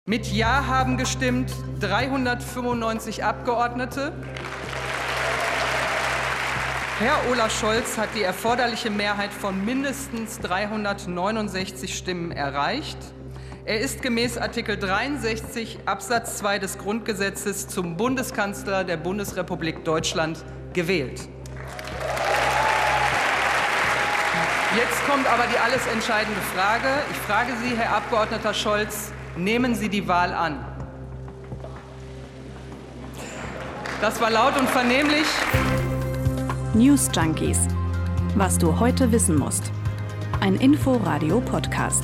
Mit Ja haben gestimmt 395 Abgeordnete. Herr Olaf Scholz hat die erforderliche Mehrheit von mindestens 369 Stimmen erreicht. Er ist gemäß Artikel 63 Absatz 2 des Grundgesetzes zum Bundeskanzler der Bundesrepublik Deutschland gewählt. Jetzt kommt aber die alles entscheidende Frage. Ich frage Sie, Herr Abgeordneter Scholz, nehmen Sie die Wahl an? Das war laut und vernehmlich. News Junkies. Was du heute wissen musst. Ein Info-Radio-Podcast.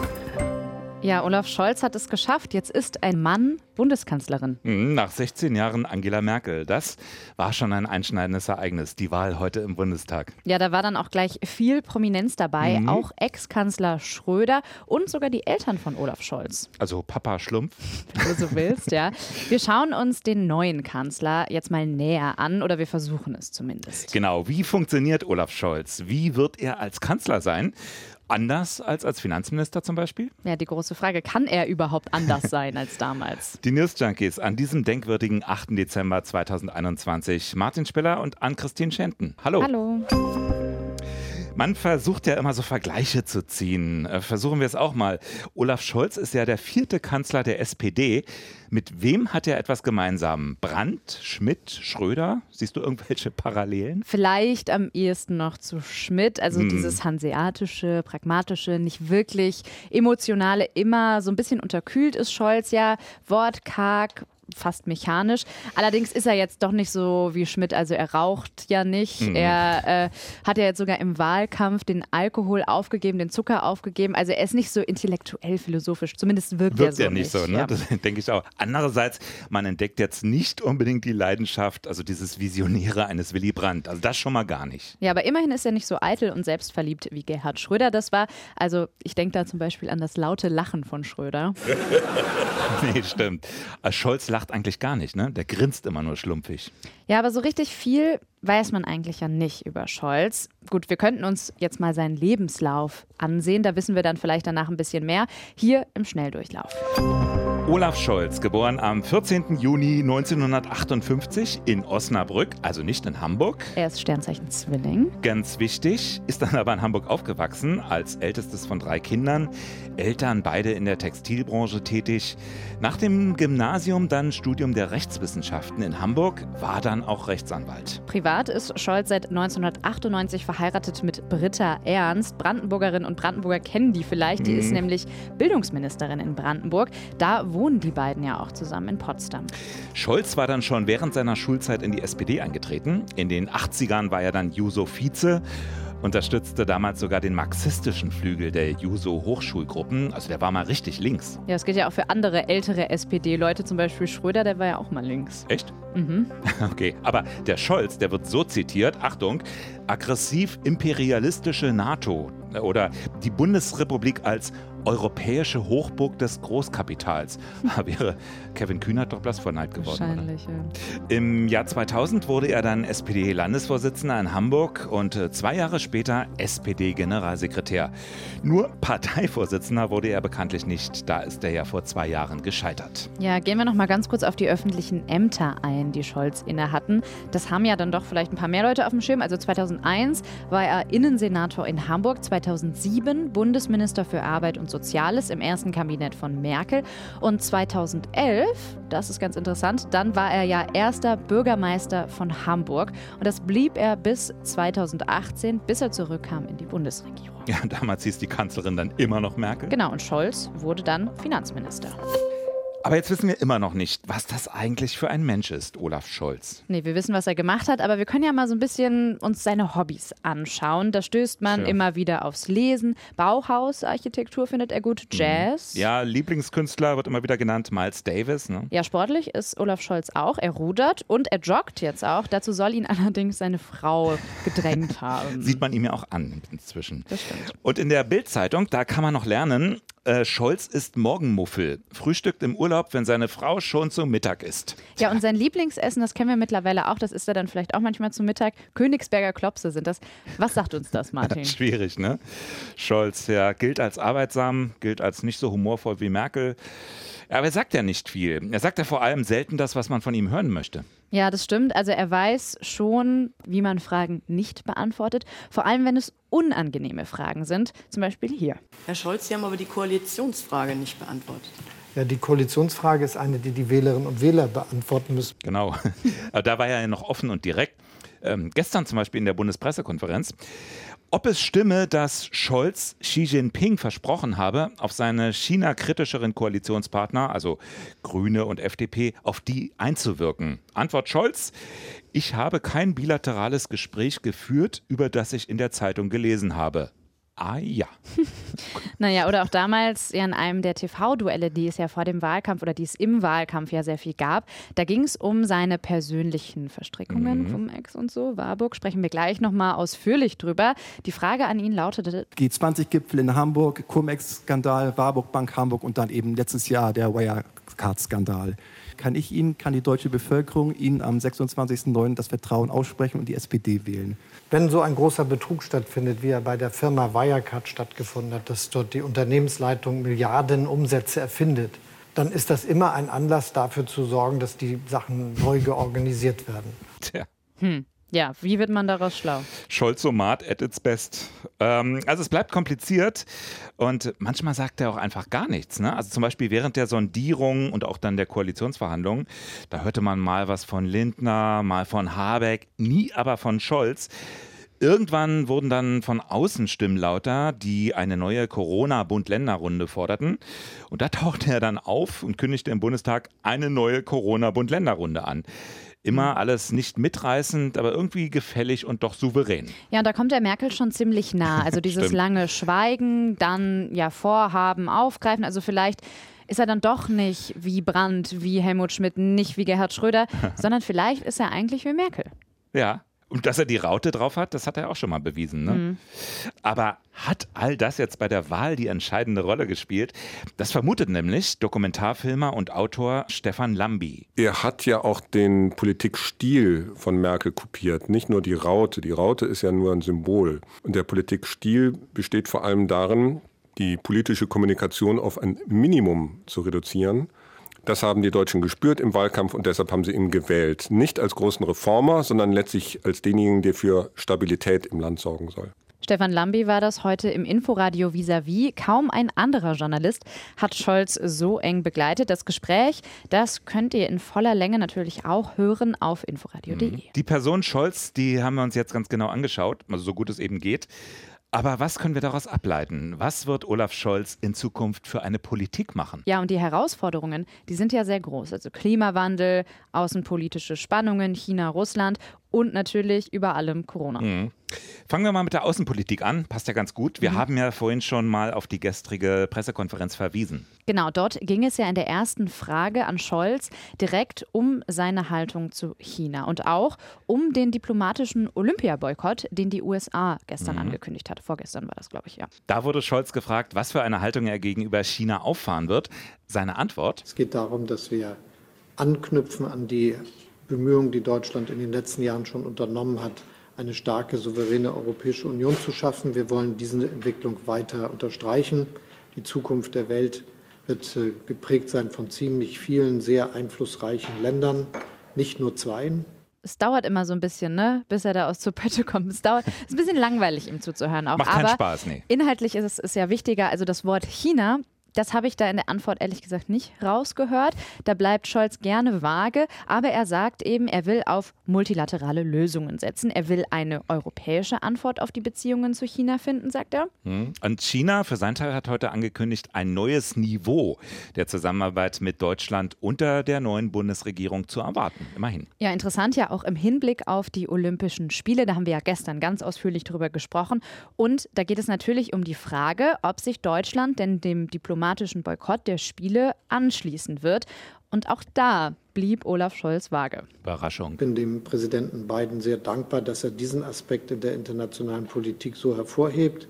Ja, Olaf Scholz hat es geschafft. Jetzt ist ein Mann Bundeskanzlerin. Nach 16 Jahren Angela Merkel. Das war schon ein einschneidendes Ereignis, die Wahl heute im Bundestag. Ja, da war dann auch gleich viel Prominenz dabei. Auch Ex-Kanzler Schröder und sogar die Eltern von Olaf Scholz. Also Papa Schlumpf. Wenn du so willst, ja. Wir schauen uns den neuen Kanzler jetzt mal näher an, oder wir versuchen es zumindest. Genau, wie funktioniert Olaf Scholz? Wie wird er als Kanzler sein? Anders als Finanzminister zum Beispiel? Ja, die große Frage, kann er überhaupt anders sein als damals? Die News Junkies an diesem denkwürdigen 8. Dezember 2021. Martin Spiller und Ann-Christine Schenten. Hallo. Hallo. Man versucht ja immer so Vergleiche zu ziehen. Versuchen wir es auch mal. Olaf Scholz ist ja der 4. Kanzler der SPD. Mit wem hat er etwas gemeinsam? Brandt, Schmidt, Schröder? Siehst du irgendwelche Parallelen? Vielleicht am ehesten noch zu Schmidt. Also dieses hanseatische, pragmatische, nicht wirklich emotionale, immer so ein bisschen unterkühlt ist Scholz ja. Wortkarg, fast mechanisch. Allerdings ist er jetzt doch nicht so wie Schmidt, also er raucht ja nicht. Er hat ja jetzt sogar im Wahlkampf den Alkohol aufgegeben, den Zucker aufgegeben. Also er ist nicht so intellektuell philosophisch, zumindest wirkt er so nicht. So, ne? Ja. Das denke ich auch. Andererseits, man entdeckt jetzt nicht unbedingt die Leidenschaft, also dieses Visionäre eines Willy Brandt. Also das schon mal gar nicht. Ja, aber immerhin ist er nicht so eitel und selbstverliebt, wie Gerhard Schröder das war. Also ich denke da zum Beispiel an das laute Lachen von Schröder. Nee, stimmt. Scholz lacht eigentlich gar nicht, ne? Der grinst immer nur schlumpfig. Ja, aber so richtig viel weiß man eigentlich ja nicht über Scholz. Gut, wir könnten uns jetzt mal seinen Lebenslauf ansehen. Da wissen wir dann vielleicht danach ein bisschen mehr. Hier im Schnelldurchlauf. Olaf Scholz, geboren am 14. Juni 1958 in Osnabrück, also nicht in Hamburg. Er ist Sternzeichen Zwilling. Ganz wichtig, ist dann aber in Hamburg aufgewachsen, als ältestes von 3 Kindern. Eltern beide in der Textilbranche tätig. Nach dem Gymnasium dann Studium der Rechtswissenschaften in Hamburg, war dann auch Rechtsanwalt. Privat ist Scholz seit 1998 verheiratet mit Britta Ernst. Brandenburgerin und Brandenburger kennen die vielleicht. Die ist nämlich Bildungsministerin in Brandenburg. Da wohnen die beiden ja auch zusammen in Potsdam. Scholz war dann schon während seiner Schulzeit in die SPD eingetreten. In den 80ern war er dann Juso-Vize. Unterstützte damals sogar den marxistischen Flügel der Juso-Hochschulgruppen. Also der war mal richtig links. Ja, es gilt ja auch für andere ältere SPD-Leute, zum Beispiel Schröder, der war ja auch mal links. Echt? Okay, aber der Scholz, der wird so zitiert, Achtung, aggressiv-imperialistische NATO oder die Bundesrepublik als europäische Hochburg des Großkapitals. Wäre Kevin Kühnert doch blass vor Neid geworden. Wahrscheinlich, oder? Ja. Im Jahr 2000 wurde er dann SPD-Landesvorsitzender in Hamburg und 2 Jahre später SPD-Generalsekretär. Nur Parteivorsitzender wurde er bekanntlich nicht. Da ist er ja vor 2 Jahren gescheitert. Ja, gehen wir noch mal ganz kurz auf die öffentlichen Ämter ein, die Scholz inne hatten. Das haben ja dann doch vielleicht ein paar mehr Leute auf dem Schirm. Also 2001 war er Innensenator in Hamburg, 2007 Bundesminister für Arbeit und Soziales im ersten Kabinett von Merkel und 2011, das ist ganz interessant, dann war er ja erster Bürgermeister von Hamburg und das blieb er bis 2018, bis er zurückkam in die Bundesregierung. Ja, damals hieß die Kanzlerin dann immer noch Merkel. Genau, und Scholz wurde dann Finanzminister. Aber jetzt wissen wir immer noch nicht, was das eigentlich für ein Mensch ist, Olaf Scholz. Nee, wir wissen, was er gemacht hat, aber wir können ja mal so ein bisschen uns seine Hobbys anschauen. Da stößt man immer wieder aufs Lesen. Bauhausarchitektur findet er gut, Jazz. Ja, Lieblingskünstler wird immer wieder genannt, Miles Davis. Ne? Ja, sportlich ist Olaf Scholz auch. Er rudert und er joggt jetzt auch. Dazu soll ihn allerdings seine Frau gedrängt haben. Sieht man ihm ja auch an inzwischen. Das stimmt. Und in der Bild-Zeitung, da kann man noch lernen, Scholz ist Morgenmuffel, frühstückt im Urlaub, wenn seine Frau schon zu Mittag isst. Ja, und sein Lieblingsessen, das kennen wir mittlerweile auch, das isst er dann vielleicht auch manchmal zu Mittag. Königsberger Klopse sind das. Was sagt uns das, Martin? Schwierig, ne? Scholz, ja, gilt als arbeitsam, gilt als nicht so humorvoll wie Merkel. Aber er sagt ja nicht viel. Er sagt ja vor allem selten das, was man von ihm hören möchte. Ja, das stimmt. Also er weiß schon, wie man Fragen nicht beantwortet. Vor allem, wenn es unangenehme Fragen sind. Zum Beispiel hier. Herr Scholz, Sie haben aber die Koalitionsfrage nicht beantwortet. Ja, die Koalitionsfrage ist eine, die die Wählerinnen und Wähler beantworten müssen. Genau. Aber da war er ja noch offen und direkt. Gestern zum Beispiel in der Bundespressekonferenz. Ob es stimme, dass Scholz Xi Jinping versprochen habe, auf seine China-kritischeren Koalitionspartner, also Grüne und FDP, auf die einzuwirken? Antwort Scholz: Ich habe kein bilaterales Gespräch geführt, über das ich in der Zeitung gelesen habe. Ah ja. Naja, oder auch damals ja in einem der TV-Duelle, die es ja vor dem Wahlkampf oder die es im Wahlkampf ja sehr viel gab. Da ging es um seine persönlichen Verstrickungen vom Ex und so. Warburg, sprechen wir gleich nochmal ausführlich drüber. Die Frage an ihn lautete: G20-Gipfel in Hamburg, Cum-Ex-Skandal, Warburg Bank Hamburg und dann eben letztes Jahr der Wirecard-Skandal. Kann die deutsche Bevölkerung Ihnen am 26.09. das Vertrauen aussprechen und die SPD wählen? Wenn so ein großer Betrug stattfindet, wie er bei der Firma Wirecard stattgefunden hat, dass dort die Unternehmensleitung Milliarden Umsätze erfindet, dann ist das immer ein Anlass dafür zu sorgen, dass die Sachen neu georganisiert werden. Tja. Ja, wie wird man daraus schlau? Scholzomat at its best. Also es bleibt kompliziert und manchmal sagt er auch einfach gar nichts. Ne? Also zum Beispiel während der Sondierung und auch dann der Koalitionsverhandlungen, da hörte man mal was von Lindner, mal von Habeck, nie aber von Scholz. Irgendwann wurden dann von außen Stimmen lauter, die eine neue Corona-Bund-Länder-Runde forderten. Und da tauchte er dann auf und kündigte im Bundestag eine neue Corona-Bund-Länder-Runde an. Immer alles nicht mitreißend, aber irgendwie gefällig und doch souverän. Ja, und da kommt der Merkel schon ziemlich nah. Also dieses lange Schweigen, dann ja Vorhaben aufgreifen. Also vielleicht ist er dann doch nicht wie Brandt, wie Helmut Schmidt, nicht wie Gerhard Schröder, sondern vielleicht ist er eigentlich wie Merkel. Ja. Und dass er die Raute drauf hat, das hat er auch schon mal bewiesen. Ne? Aber hat all das jetzt bei der Wahl die entscheidende Rolle gespielt? Das vermutet nämlich Dokumentarfilmer und Autor Stefan Lambi. Er hat ja auch den Politikstil von Merkel kopiert, nicht nur die Raute. Die Raute ist ja nur ein Symbol. Und der Politikstil besteht vor allem darin, die politische Kommunikation auf ein Minimum zu reduzieren. Das haben die Deutschen gespürt im Wahlkampf und deshalb haben sie ihn gewählt. Nicht als großen Reformer, sondern letztlich als denjenigen, der für Stabilität im Land sorgen soll. Stefan Lambi war das heute im Inforadio Vis-à-vis. Kaum ein anderer Journalist hat Scholz so eng begleitet. Das Gespräch, das könnt ihr in voller Länge natürlich auch hören auf inforadio.de. Die Person Scholz, die haben wir uns jetzt ganz genau angeschaut, also so gut es eben geht. Aber was können wir daraus ableiten? Was wird Olaf Scholz in Zukunft für eine Politik machen? Ja, und die Herausforderungen, die sind ja sehr groß. Also Klimawandel, außenpolitische Spannungen, China, Russland und natürlich über allem Corona. Fangen wir mal mit der Außenpolitik an. Passt ja ganz gut. Wir haben ja vorhin schon mal auf die gestrige Pressekonferenz verwiesen. Genau, dort ging es ja in der ersten Frage an Scholz direkt um seine Haltung zu China und auch um den diplomatischen Olympiaboykott, den die USA gestern angekündigt hat. Vorgestern war das, glaube ich, ja. Da wurde Scholz gefragt, was für eine Haltung er gegenüber China auffahren wird. Seine Antwort: Es geht darum, dass wir anknüpfen an die Bemühungen, die Deutschland in den letzten Jahren schon unternommen hat, eine starke, souveräne Europäische Union zu schaffen. Wir wollen diese Entwicklung weiter unterstreichen. Die Zukunft der Welt wird geprägt sein von ziemlich vielen sehr einflussreichen Ländern, nicht nur zweien. Es dauert immer so ein bisschen, ne, bis er da aus zur Pötte kommt. Es ist ein bisschen langweilig, ihm zuzuhören auch. Macht keinen Spaß, nee. Inhaltlich ist es ja wichtiger. Also das Wort China, das habe ich da in der Antwort ehrlich gesagt nicht rausgehört. Da bleibt Scholz gerne vage, aber er sagt eben, er will auf multilaterale Lösungen setzen. Er will eine europäische Antwort auf die Beziehungen zu China finden, sagt er. Und China für seinen Teil hat heute angekündigt, ein neues Niveau der Zusammenarbeit mit Deutschland unter der neuen Bundesregierung zu erwarten. Immerhin. Ja, interessant ja auch im Hinblick auf die Olympischen Spiele. Da haben wir ja gestern ganz ausführlich drüber gesprochen. Und da geht es natürlich um die Frage, ob sich Deutschland denn dem diplomatischen Boykott der Spiele anschließen wird. Und auch da blieb Olaf Scholz vage. Überraschung. Ich bin dem Präsidenten Biden sehr dankbar, dass er diesen Aspekt in der internationalen Politik so hervorhebt,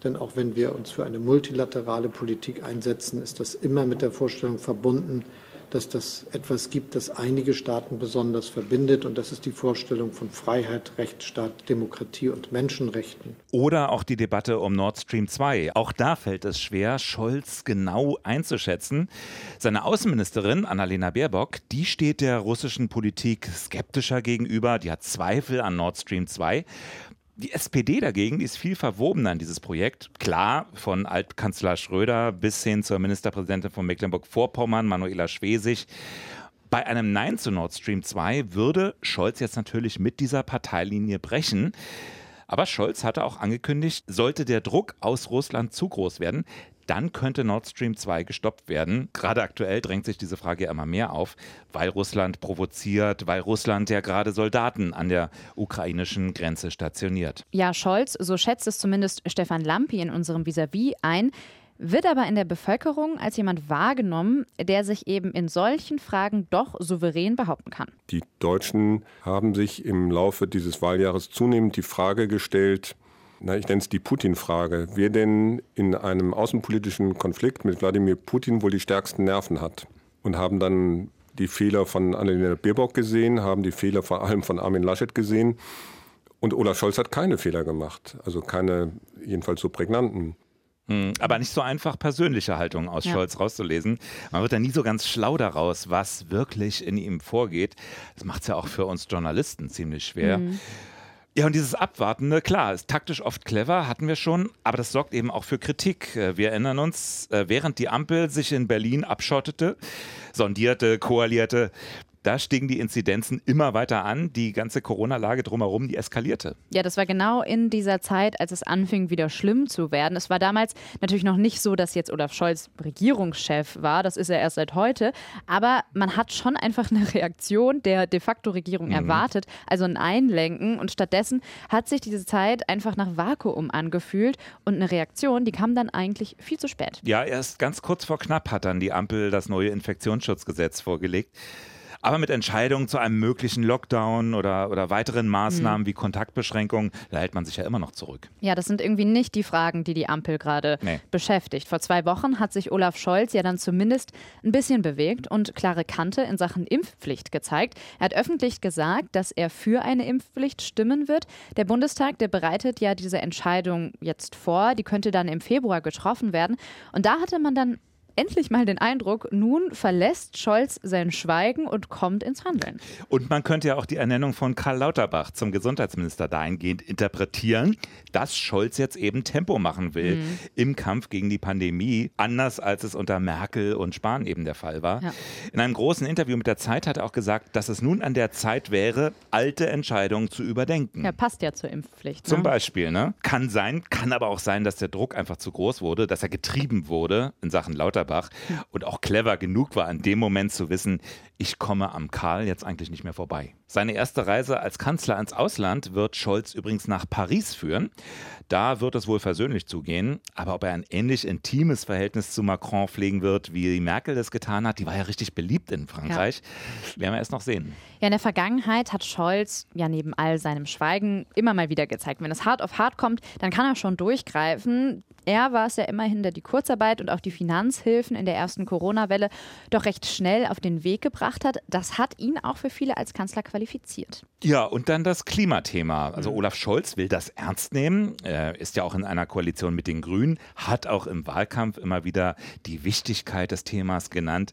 Denn auch wenn wir uns für eine multilaterale Politik einsetzen, ist das immer mit der Vorstellung verbunden, dass das etwas gibt, das einige Staaten besonders verbindet. Und das ist die Vorstellung von Freiheit, Rechtsstaat, Demokratie und Menschenrechten. Oder auch die Debatte um Nord Stream 2. Auch da fällt es schwer, Scholz genau einzuschätzen. Seine Außenministerin Annalena Baerbock, die steht der russischen Politik skeptischer gegenüber. Die hat Zweifel an Nord Stream 2. Die SPD dagegen, die ist viel verwobener in dieses Projekt. Klar, von Altkanzler Schröder bis hin zur Ministerpräsidentin von Mecklenburg-Vorpommern, Manuela Schwesig. Bei einem Nein zu Nord Stream 2 würde Scholz jetzt natürlich mit dieser Parteilinie brechen. Aber Scholz hatte auch angekündigt, sollte der Druck aus Russland zu groß werden, dann könnte Nord Stream 2 gestoppt werden. Gerade aktuell drängt sich diese Frage ja immer mehr auf, weil Russland provoziert, weil Russland ja gerade Soldaten an der ukrainischen Grenze stationiert. Ja, Scholz, so schätzt es zumindest Stefan Lampi in unserem Vis-à-vis ein, wird aber in der Bevölkerung als jemand wahrgenommen, der sich eben in solchen Fragen doch souverän behaupten kann. Die Deutschen haben sich im Laufe dieses Wahljahres zunehmend die Frage gestellt, ich nenne es die Putin-Frage, wer denn in einem außenpolitischen Konflikt mit Wladimir Putin wohl die stärksten Nerven hat. Und haben dann die Fehler von Annalena Baerbock gesehen, haben die Fehler vor allem von Armin Laschet gesehen. Und Olaf Scholz hat keine Fehler gemacht, also keine jedenfalls so prägnanten. Aber nicht so einfach persönliche Haltung aus Scholz rauszulesen. Man wird da nie so ganz schlau daraus, was wirklich in ihm vorgeht. Das macht es ja auch für uns Journalisten ziemlich schwer. Ja, und dieses Abwartende, klar, ist taktisch oft clever, hatten wir schon, aber das sorgt eben auch für Kritik. Wir erinnern uns, während die Ampel sich in Berlin abschottete, sondierte, koalierte, da stiegen die Inzidenzen immer weiter an. Die ganze Corona-Lage drumherum, die eskalierte. Ja, das war genau in dieser Zeit, als es anfing, wieder schlimm zu werden. Es war damals natürlich noch nicht so, dass jetzt Olaf Scholz Regierungschef war. Das ist er erst seit heute. Aber man hat schon einfach eine Reaktion der de facto Regierung erwartet, also ein Einlenken. Und stattdessen hat sich diese Zeit einfach nach Vakuum angefühlt. Und eine Reaktion, die kam dann eigentlich viel zu spät. Ja, erst ganz kurz vor knapp hat dann die Ampel das neue Infektionsschutzgesetz vorgelegt. Aber mit Entscheidungen zu einem möglichen Lockdown oder weiteren Maßnahmen wie Kontaktbeschränkungen, da hält man sich ja immer noch zurück. Ja, das sind irgendwie nicht die Fragen, die die Ampel gerade beschäftigt. Vor 2 Wochen hat sich Olaf Scholz ja dann zumindest ein bisschen bewegt und klare Kante in Sachen Impfpflicht gezeigt. Er hat öffentlich gesagt, dass er für eine Impfpflicht stimmen wird. Der Bundestag, der bereitet ja diese Entscheidung jetzt vor. Die könnte dann im Februar getroffen werden. Und da hatte man dann endlich mal den Eindruck, nun verlässt Scholz sein Schweigen und kommt ins Handeln. Und man könnte ja auch die Ernennung von Karl Lauterbach zum Gesundheitsminister dahingehend interpretieren, dass Scholz jetzt eben Tempo machen will im Kampf gegen die Pandemie, anders als es unter Merkel und Spahn eben der Fall war. Ja. In einem großen Interview mit der Zeit hat er auch gesagt, dass es nun an der Zeit wäre, alte Entscheidungen zu überdenken. Ja, passt ja zur Impfpflicht. Zum Beispiel, ne? Kann sein, kann aber auch sein, dass der Druck einfach zu groß wurde, dass er getrieben wurde in Sachen Lauterbach. Und auch clever genug war, in dem Moment zu wissen, ich komme am Karl jetzt eigentlich nicht mehr vorbei. Seine erste Reise als Kanzler ins Ausland wird Scholz übrigens nach Paris führen. Da wird es wohl versöhnlich zugehen. Aber ob er ein ähnlich intimes Verhältnis zu Macron pflegen wird, wie Merkel das getan hat, die war ja richtig beliebt in Frankreich, werden wir erst noch sehen. Ja, in der Vergangenheit hat Scholz ja neben all seinem Schweigen immer mal wieder gezeigt, wenn es hart auf hart kommt, dann kann er schon durchgreifen. Er war es ja immerhin, der die Kurzarbeit und auch die Finanzhilfen in der ersten Corona-Welle doch recht schnell auf den Weg gebracht hat. Das hat ihn auch für viele als Kanzler qualifiziert. Ja, und dann das Klimathema. Also Olaf Scholz will das ernst nehmen. Er ist ja auch in einer Koalition mit den Grünen, hat auch im Wahlkampf immer wieder die Wichtigkeit des Themas genannt.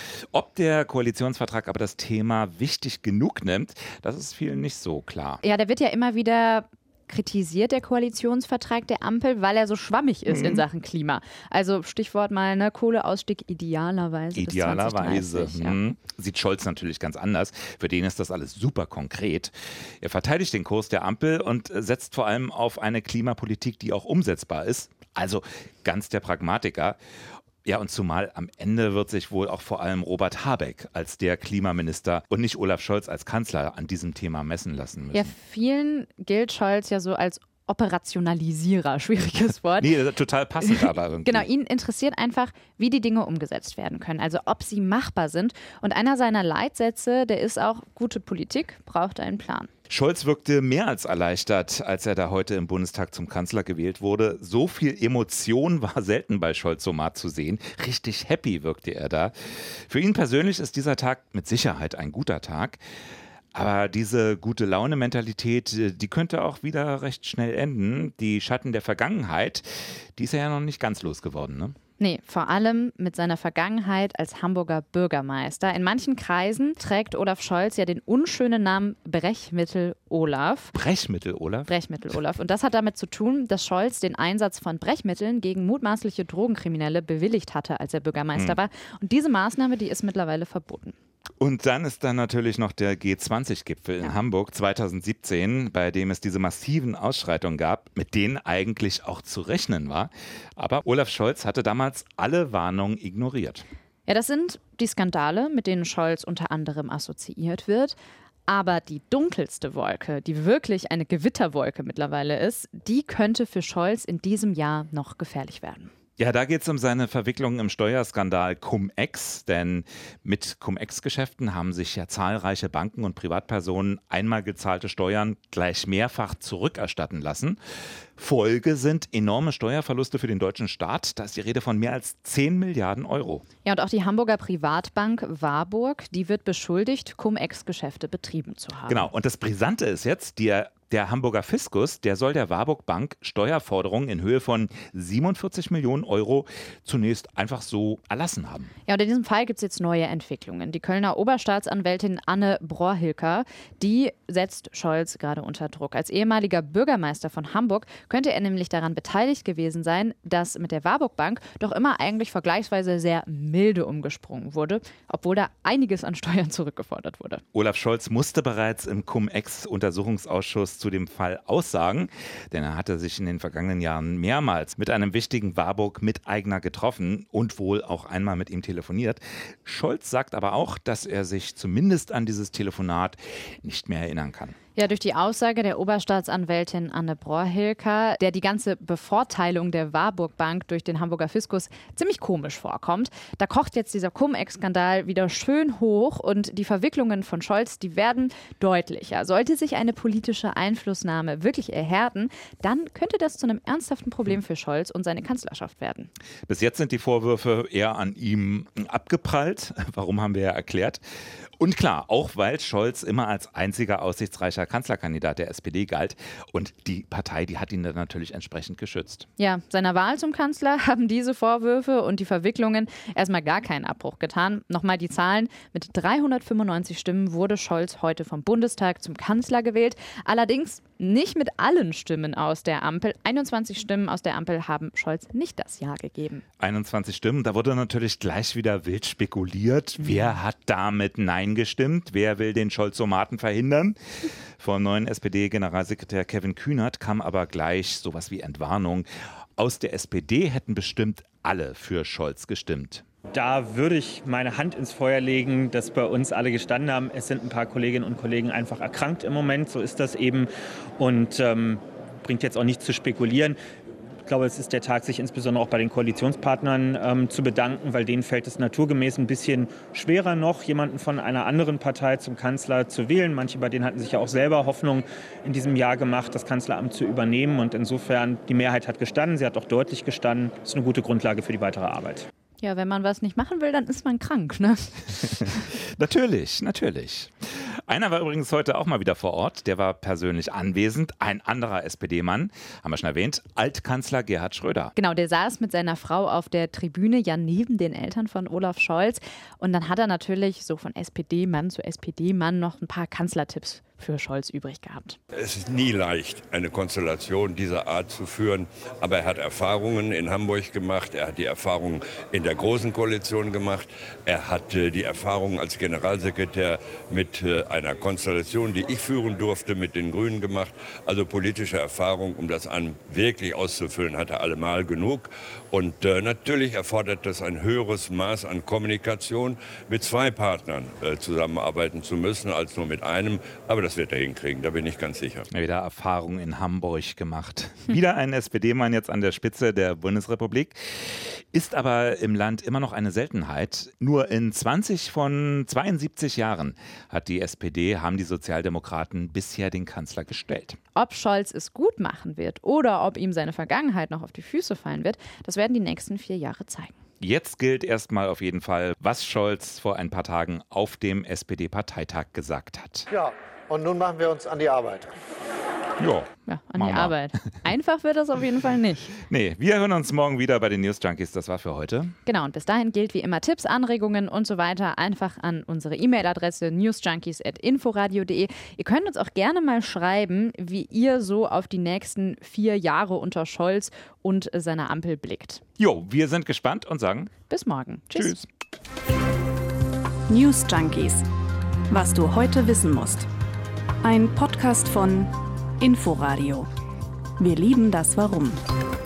Ob der Koalitionsvertrag aber das Thema wichtig genug nimmt, das ist vielen nicht so klar. Ja, der wird ja immer wieder kritisiert, der Koalitionsvertrag der Ampel, weil er so schwammig ist in Sachen Klima. Also Stichwort mal, ne, Kohleausstieg idealerweise. Idealerweise. Bis 2030, Sieht Scholz natürlich ganz anders. Für den ist das alles super konkret. Er verteidigt den Kurs der Ampel und setzt vor allem auf eine Klimapolitik, die auch umsetzbar ist. Also ganz der Pragmatiker. Ja, und zumal am Ende wird sich wohl auch vor allem Robert Habeck als der Klimaminister und nicht Olaf Scholz als Kanzler an diesem Thema messen lassen müssen. Ja, vielen gilt Scholz ja so als Operationalisierer, schwieriges Wort. Nee, total passend aber irgendwie. Genau, ihn interessiert einfach, wie die Dinge umgesetzt werden können, also ob sie machbar sind. Und einer seiner Leitsätze, der ist auch, gute Politik braucht einen Plan. Scholz wirkte mehr als erleichtert, als er da heute im Bundestag zum Kanzler gewählt wurde. So viel Emotion war selten bei Scholz-Somat zu sehen. Richtig happy wirkte er da. Für ihn persönlich ist dieser Tag mit Sicherheit ein guter Tag. Aber diese gute Laune-Mentalität, die könnte auch wieder recht schnell enden. Die Schatten der Vergangenheit, die ist er ja noch nicht ganz losgeworden, ne? Nee, vor allem mit seiner Vergangenheit als Hamburger Bürgermeister. In manchen Kreisen trägt Olaf Scholz ja den unschönen Namen Brechmittel-Olaf. Brechmittel-Olaf? Brechmittel-Olaf. Und das hat damit zu tun, dass Scholz den Einsatz von Brechmitteln gegen mutmaßliche Drogenkriminelle bewilligt hatte, als er Bürgermeister war. Und diese Maßnahme, die ist mittlerweile verboten. Und dann ist dann natürlich noch der G20-Gipfel in Hamburg 2017, bei dem es diese massiven Ausschreitungen gab, mit denen eigentlich auch zu rechnen war. Aber Olaf Scholz hatte damals alle Warnungen ignoriert. Ja, das sind die Skandale, mit denen Scholz unter anderem assoziiert wird. Aber die dunkelste Wolke, die wirklich eine Gewitterwolke mittlerweile ist, die könnte für Scholz in diesem Jahr noch gefährlich werden. Ja, da geht es um seine Verwicklung im Steuerskandal Cum-Ex, denn mit Cum-Ex-Geschäften haben sich ja zahlreiche Banken und Privatpersonen einmal gezahlte Steuern gleich mehrfach zurückerstatten lassen. Folge sind enorme Steuerverluste für den deutschen Staat. Da ist die Rede von mehr als 10 Milliarden Euro. Ja, und auch die Hamburger Privatbank Warburg, die wird beschuldigt, Cum-Ex-Geschäfte betrieben zu haben. Genau, und das Brisante ist jetzt, der Hamburger Fiskus, der soll der Warburg Bank Steuerforderungen in Höhe von 47 Millionen Euro zunächst einfach so erlassen haben. Ja, und in diesem Fall gibt es jetzt neue Entwicklungen. Die Kölner Oberstaatsanwältin Anne Brohrhilker, die setzt Scholz gerade unter Druck. Als ehemaliger Bürgermeister von Hamburg könnte er nämlich daran beteiligt gewesen sein, dass mit der Warburg Bank doch immer eigentlich vergleichsweise sehr milde umgesprungen wurde, obwohl da einiges an Steuern zurückgefordert wurde. Olaf Scholz musste bereits im Cum-Ex-Untersuchungsausschuss zu dem Fall aussagen, denn er hatte sich in den vergangenen Jahren mehrmals mit einem wichtigen Warburg-Miteigner getroffen und wohl auch einmal mit ihm telefoniert. Scholz sagt aber auch, dass er sich zumindest an dieses Telefonat nicht mehr erinnern kann. Ja, durch die Aussage der Oberstaatsanwältin Anne Brohrhilker, der die ganze Bevorteilung der Warburg Bank durch den Hamburger Fiskus ziemlich komisch vorkommt. Da kocht jetzt dieser Cum-Ex-Skandal wieder schön hoch und die Verwicklungen von Scholz, die werden deutlicher. Sollte sich eine politische Einflussnahme wirklich erhärten, dann könnte das zu einem ernsthaften Problem für Scholz und seine Kanzlerschaft werden. Bis jetzt sind die Vorwürfe eher an ihm abgeprallt. Warum, haben wir ja erklärt. Und klar, auch weil Scholz immer als einziger aussichtsreicher Kanzlerkandidat der SPD galt. Und die Partei, die hat ihn dann natürlich entsprechend geschützt. Ja, seiner Wahl zum Kanzler haben diese Vorwürfe und die Verwicklungen erstmal gar keinen Abbruch getan. Nochmal die Zahlen. Mit 395 Stimmen wurde Scholz heute vom Bundestag zum Kanzler gewählt. Allerdings nicht mit allen Stimmen aus der Ampel. 21 Stimmen aus der Ampel haben Scholz nicht das Ja gegeben. 21 Stimmen, da wurde natürlich gleich wieder wild spekuliert. Wer hat damit Nein gestimmt? Wer will den Scholz-Somaten verhindern? Vom neuen SPD-Generalsekretär Kevin Kühnert kam aber gleich sowas wie Entwarnung. Aus der SPD hätten bestimmt alle für Scholz gestimmt. Da würde ich meine Hand ins Feuer legen, dass bei uns alle gestanden haben. Es sind ein paar Kolleginnen und Kollegen einfach erkrankt im Moment. So ist das eben und bringt jetzt auch nichts zu spekulieren. Ich glaube, es ist der Tag, sich insbesondere auch bei den Koalitionspartnern zu bedanken, weil denen fällt es naturgemäß ein bisschen schwerer noch, jemanden von einer anderen Partei zum Kanzler zu wählen. Manche bei denen hatten sich ja auch selber Hoffnung in diesem Jahr gemacht, das Kanzleramt zu übernehmen. Und insofern, die Mehrheit hat gestanden, sie hat auch deutlich gestanden. Das ist eine gute Grundlage für die weitere Arbeit. Ja, wenn man was nicht machen will, dann ist man krank, ne? Natürlich, natürlich. Einer war übrigens heute auch mal wieder vor Ort. Der war persönlich anwesend. Ein anderer SPD-Mann, haben wir schon erwähnt, Altkanzler Gerhard Schröder. Genau, der saß mit seiner Frau auf der Tribüne, ja neben den Eltern von Olaf Scholz. Und dann hat er natürlich so von SPD-Mann zu SPD-Mann noch ein paar Kanzlertipps für Scholz übrig gehabt. Es ist nie leicht, eine Konstellation dieser Art zu führen. Aber er hat Erfahrungen in Hamburg gemacht. Er hat die Erfahrungen in der Großen Koalition gemacht. Er hat die Erfahrungen als Generalsekretär mit einer Konstellation, die ich führen durfte, mit den Grünen gemacht. Also politische Erfahrung, um das wirklich auszufüllen, hat er allemal genug. Und natürlich erfordert das ein höheres Maß an Kommunikation, mit zwei Partnern zusammenarbeiten zu müssen, als nur mit einem. Aber das Das wird er hinkriegen, da bin ich ganz sicher. Wieder Erfahrung in Hamburg gemacht. Wieder ein SPD-Mann jetzt an der Spitze der Bundesrepublik. Ist aber im Land immer noch eine Seltenheit. Nur in 20 von 72 Jahren haben die Sozialdemokraten bisher den Kanzler gestellt. Ob Scholz es gut machen wird oder ob ihm seine Vergangenheit noch auf die Füße fallen wird, das werden die nächsten 4 Jahre zeigen. Jetzt gilt erstmal auf jeden Fall, was Scholz vor ein paar Tagen auf dem SPD-Parteitag gesagt hat. Ja, und nun machen wir uns an die Arbeit. Ja, an die Arbeit. Einfach wird das auf jeden Fall nicht. Nee, wir hören uns morgen wieder bei den News Junkies. Das war für heute. Genau, und bis dahin gilt wie immer Tipps, Anregungen und so weiter einfach an unsere E-Mail-Adresse newsjunkies@inforadio.de. Ihr könnt uns auch gerne mal schreiben, wie ihr so auf die nächsten 4 Jahre unter Scholz und seiner Ampel blickt. Jo, wir sind gespannt und sagen bis morgen. Tschüss. News Junkies. Was du heute wissen musst. Ein Podcast von Inforadio. Wir lieben das Warum.